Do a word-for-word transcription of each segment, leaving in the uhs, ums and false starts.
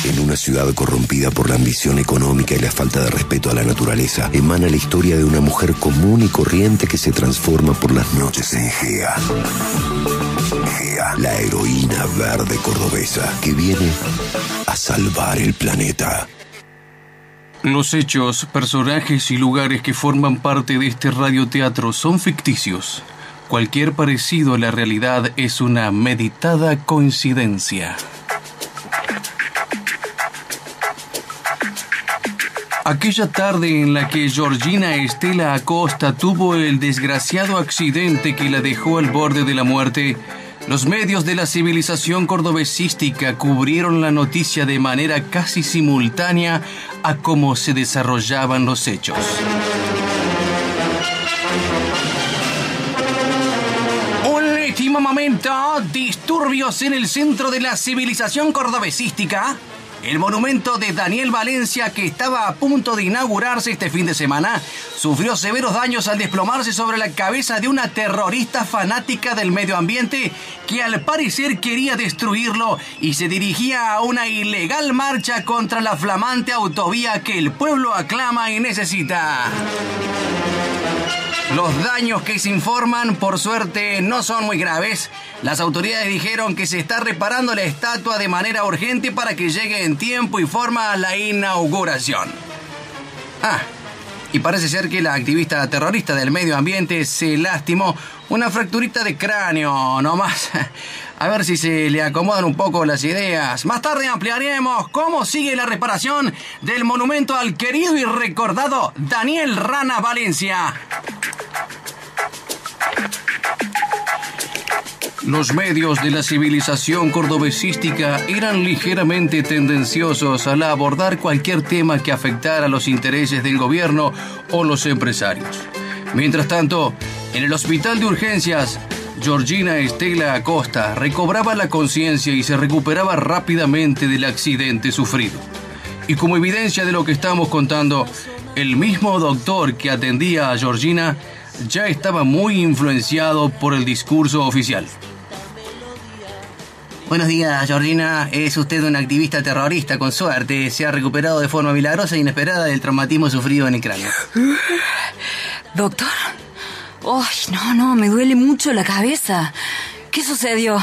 En una ciudad corrompida por la ambición económica y la falta de respeto a la naturaleza, emana la historia de una mujer común y corriente que se transforma por las noches en Gea. Gea, la heroína verde cordobesa que viene a salvar el planeta. Los hechos, personajes y lugares que forman parte de este radioteatro son ficticios. Cualquier parecido a la realidad es una meditada coincidencia. Aquella tarde en la que Georgina Estela Acosta tuvo el desgraciado accidente que la dejó al borde de la muerte, los medios de la civilización cordobesística cubrieron la noticia de manera casi simultánea a cómo se desarrollaban los hechos. Último momento, disturbios en el centro de la civilización cordobesística. El monumento de Daniel Valencia, que estaba a punto de inaugurarse este fin de semana, sufrió severos daños al desplomarse sobre la cabeza de una terrorista fanática del medio ambiente que al parecer quería destruirlo y se dirigía a una ilegal marcha contra la flamante autovía que el pueblo aclama y necesita. Los daños que se informan, por suerte, no son muy graves. Las autoridades dijeron que se está reparando la estatua de manera urgente para que llegue en tiempo y forma a la inauguración. Ah, y parece ser que la activista terrorista del medio ambiente se lastimó una fracturita de cráneo, nomás. A ver si se le acomodan un poco las ideas. Más tarde ampliaremos cómo sigue la reparación del monumento al querido y recordado Daniel Rana Valencia. Los medios de la civilización cordobesística eran ligeramente tendenciosos al abordar cualquier tema que afectara los intereses del gobierno o los empresarios. Mientras tanto, en el hospital de urgencias, Georgina Estela Acosta recobraba la conciencia y se recuperaba rápidamente del accidente sufrido. Y como evidencia de lo que estamos contando, el mismo doctor que atendía a Georgina ya estaba muy influenciado por el discurso oficial. Buenos días, Georgina. Es usted una activista terrorista, con suerte. Se ha recuperado de forma milagrosa e inesperada del traumatismo sufrido en el cráneo. ¿Doctor? Ay, no, no, me duele mucho la cabeza. ¿Qué sucedió?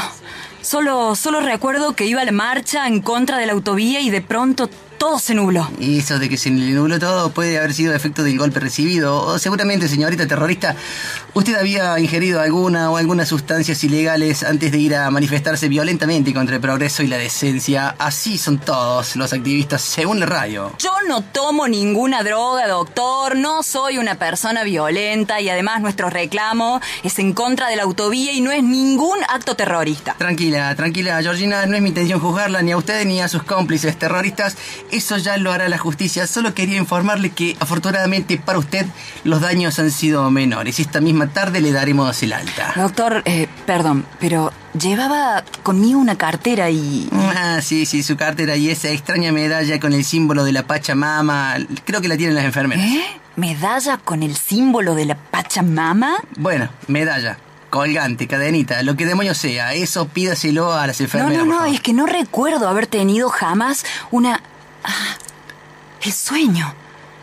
Solo, solo recuerdo que iba a la marcha en contra de la autovía y de pronto todo se nubló. Y eso de que se nubló todo puede haber sido efecto del golpe recibido. O seguramente, señorita terrorista, usted había ingerido alguna o algunas sustancias ilegales antes de ir a manifestarse violentamente contra el progreso y la decencia. Así son todos los activistas, según la radio. Yo no tomo ninguna droga, doctor. No soy una persona violenta y además nuestro reclamo es en contra de la autovía y no es ningún acto terrorista. Tranquila, tranquila, Georgina. No es mi intención juzgarla ni a usted ni a sus cómplices terroristas. Eso ya lo hará la justicia. Solo quería informarle que, afortunadamente para usted, los daños han sido menores. Esta misma tarde le daremos el alta. Doctor, eh, perdón, pero llevaba conmigo una cartera y... Ah, sí, sí, su cartera y esa extraña medalla con el símbolo de la Pachamama. Creo que la tienen las enfermeras. ¿Eh? ¿Medalla con el símbolo de la Pachamama? Bueno, medalla. Colgante, cadenita, lo que demonios sea. Eso pídaselo a las enfermeras. No, no, no, es que no recuerdo haber tenido jamás una... Ah, el sueño.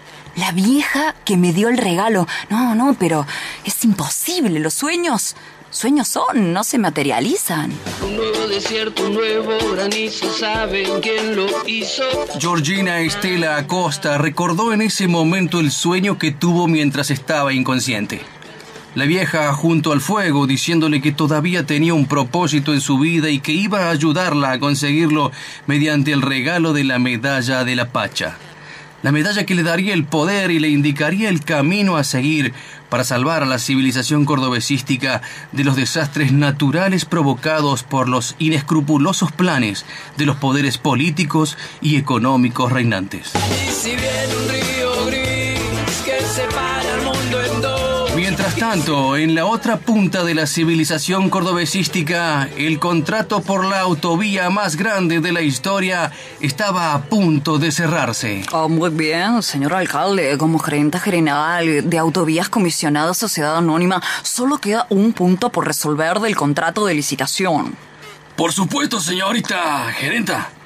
La vieja que me dio el regalo. No, no, pero es imposible. Los sueños, sueños son, no se materializan. Un nuevo desierto, un nuevo granizo, ¿saben quién lo hizo? Georgina Estela Acosta recordó en ese momento el sueño que tuvo mientras estaba inconsciente. La vieja junto al fuego diciéndole que todavía tenía un propósito en su vida y que iba a ayudarla a conseguirlo mediante el regalo de la medalla de la Pacha. La medalla que le daría el poder y le indicaría el camino a seguir para salvar a la civilización cordobesística de los desastres naturales provocados por los inescrupulosos planes de los poderes políticos y económicos reinantes. Y si viene un río gris que separa el mundo en dos. Mientras tanto, en la otra punta de la civilización cordobesística, el contrato por la autovía más grande de la historia estaba a punto de cerrarse. Oh, muy bien, señor alcalde. Como gerente general de Autovías Comisionada Sociedad Anónima, solo queda un punto por resolver del contrato de licitación. Por supuesto, señorita gerenta.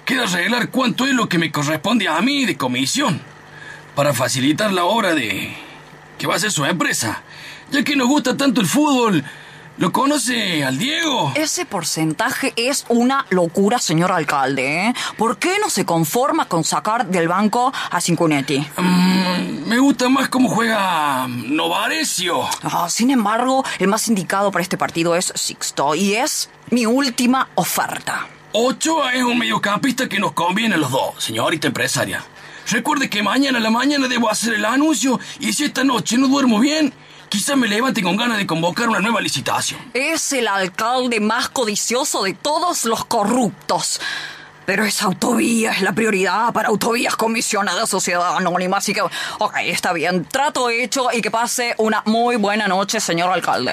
queda arreglar cuánto es lo que me corresponde a mí de comisión para facilitar la obra de... que va a ser su empresa. Ya que nos gusta tanto el fútbol, ¿lo conoce al Diego? Ese porcentaje es una locura, señor alcalde, ¿eh? ¿Por qué no se conforma con sacar del banco a Cincunetti? Mm, me gusta más cómo juega Novarecio. Oh, sin embargo, el más indicado para este partido es Sixto, y es mi última oferta. Ochoa es un mediocampista que nos conviene a los dos, señorita empresaria. Recuerde que mañana a la mañana debo hacer el anuncio, y si esta noche no duermo bien, quizá me levante con ganas de convocar una nueva licitación. Es el alcalde más codicioso de todos los corruptos. Pero esa autovía es la prioridad para Autovías Comisionada Sociedad Anónima. Así que, ok, está bien. Trato hecho y que pase una muy buena noche, señor alcalde.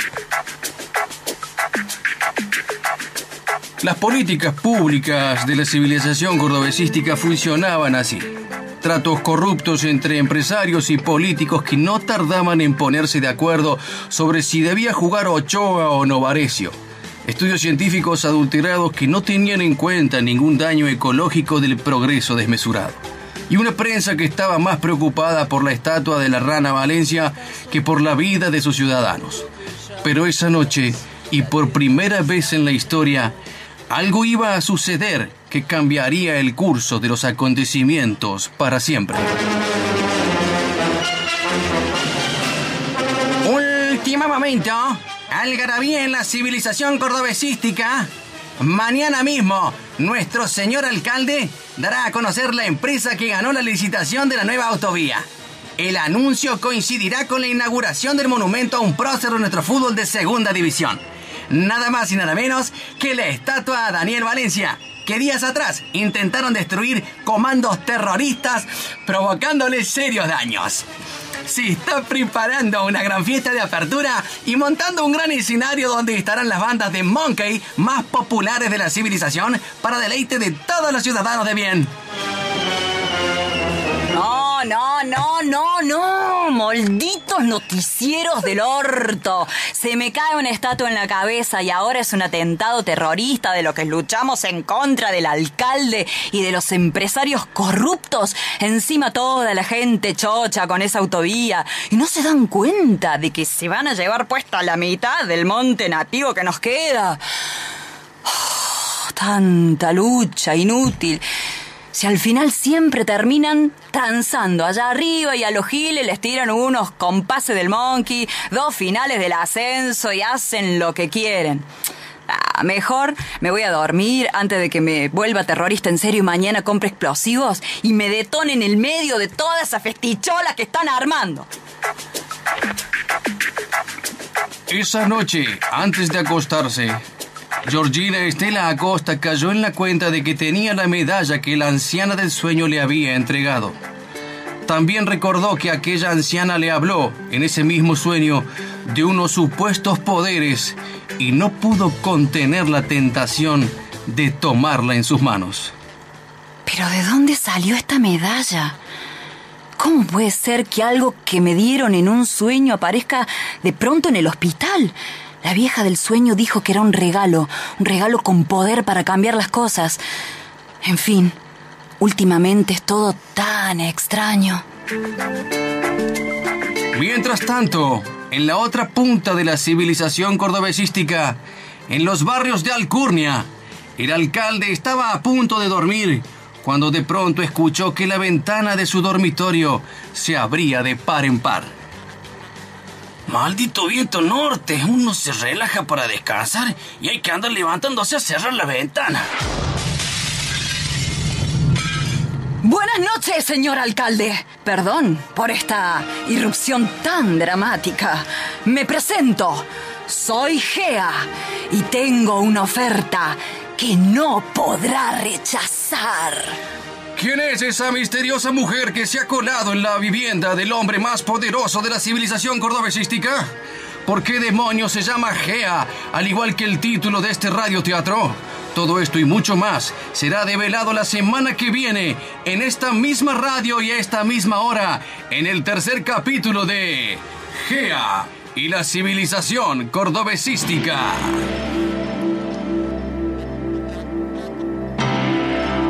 Las políticas públicas de la civilización cordobesística funcionaban así. Tratos corruptos entre empresarios y políticos que no tardaban en ponerse de acuerdo sobre si debía jugar Ochoa o Novarecio. Estudios científicos adulterados que no tenían en cuenta ningún daño ecológico del progreso desmesurado. Y una prensa que estaba más preocupada por la estatua de la Rana Valencia que por la vida de sus ciudadanos. Pero esa noche, y por primera vez en la historia, algo iba a suceder que cambiaría el curso de los acontecimientos para siempre. Último momento. Algarabía en la civilización cordobesística. Mañana mismo, nuestro señor alcalde dará a conocer la empresa que ganó la licitación de la nueva autovía. El anuncio coincidirá con la inauguración del monumento a un prócer de nuestro fútbol de segunda división. Nada más y nada menos que la estatua a Daniel Valencia, que días atrás intentaron destruir comandos terroristas, provocándole serios daños. Se está preparando una gran fiesta de apertura y montando un gran escenario donde estarán las bandas de Monkey más populares de la civilización para deleite de todos los ciudadanos de bien. No, no, no, no, no. Malditos noticieros del orto. Se me cae una estatua en la cabeza y ahora es un atentado terrorista de lo que luchamos en contra del alcalde y de los empresarios corruptos. Encima toda la gente chocha con esa autovía. Y no se dan cuenta de que se van a llevar puesta la mitad del monte nativo que nos queda. Oh, tanta lucha inútil. Si al final siempre terminan transando allá arriba y a los giles les tiran unos compases del Monkey, dos finales del ascenso y hacen lo que quieren. Ah, mejor me voy a dormir antes de que me vuelva terrorista en serio y mañana compre explosivos y me detone en el medio de toda esa festichola que están armando. Esa noche, antes de acostarse, Georgina Estela Acosta cayó en la cuenta de que tenía la medalla que la anciana del sueño le había entregado. También recordó que aquella anciana le habló, en ese mismo sueño, de unos supuestos poderes y no pudo contener la tentación de tomarla en sus manos. ¿Pero de dónde salió esta medalla? ¿Cómo puede ser que algo que me dieron en un sueño aparezca de pronto en el hospital? La vieja del sueño dijo que era un regalo, un regalo con poder para cambiar las cosas. En fin, últimamente es todo tan extraño. Mientras tanto, en la otra punta de la civilización cordobesística, en los barrios de Alcurnia, el alcalde estaba a punto de dormir cuando de pronto escuchó que la ventana de su dormitorio se abría de par en par. Maldito viento norte, uno se relaja para descansar y hay que andar levantándose a cerrar la ventana. Buenas noches, señor alcalde. Perdón por esta irrupción tan dramática. Me presento. Soy Gea y tengo una oferta que no podrá rechazar. ¿Quién es esa misteriosa mujer que se ha colado en la vivienda del hombre más poderoso de la civilización cordobesística? ¿Por qué demonios se llama Gea, al igual que el título de este radioteatro? Todo esto y mucho más será develado la semana que viene en esta misma radio y a esta misma hora en el tercer capítulo de Gea y la civilización cordobesística.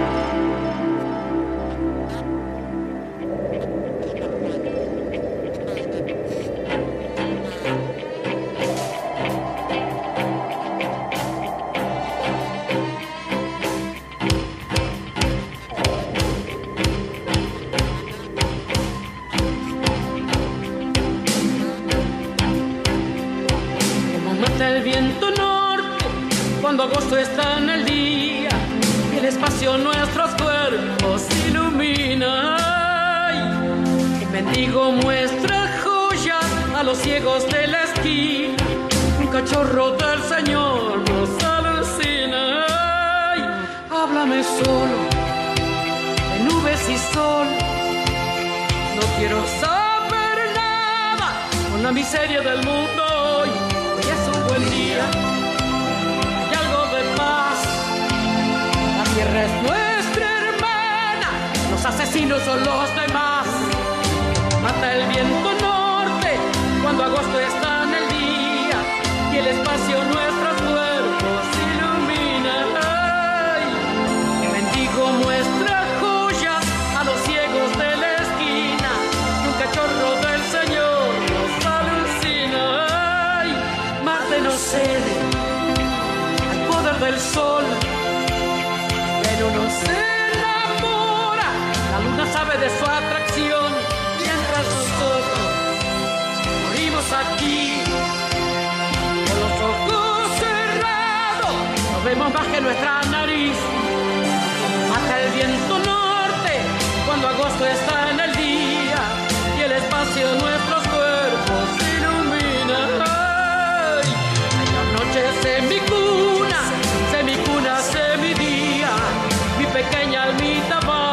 está en el día y el espacio nuestros cuerpos ilumina. Ay, el mendigo muestra joyas a los ciegos de la esquina. Un cachorro del Señor nos alucina. Ay, háblame solo de nubes y sol. No quiero saber nada con la miseria del mundo. Hoy, hoy es un buen día. La tierra es nuestra hermana, los asesinos son los demás. Mata el viento norte cuando agosto está en el día y el espacio nuestros cuerpos ilumina. Ay, el mendigo muestra joyas a los ciegos de la esquina y un cachorro del Señor nos alucina. Ay, Marte no cede al poder del sol. Pero no se enamora, la luna sabe de su atracción, mientras nosotros morimos aquí, con los ojos cerrados, no vemos más que nuestra nariz. Mata el viento norte, cuando agosto está en el día, y el espacio nuestros cuerpos ilumina. Ay, la noche es mi cuna, semicuna, semidía. Mi pequeña almita va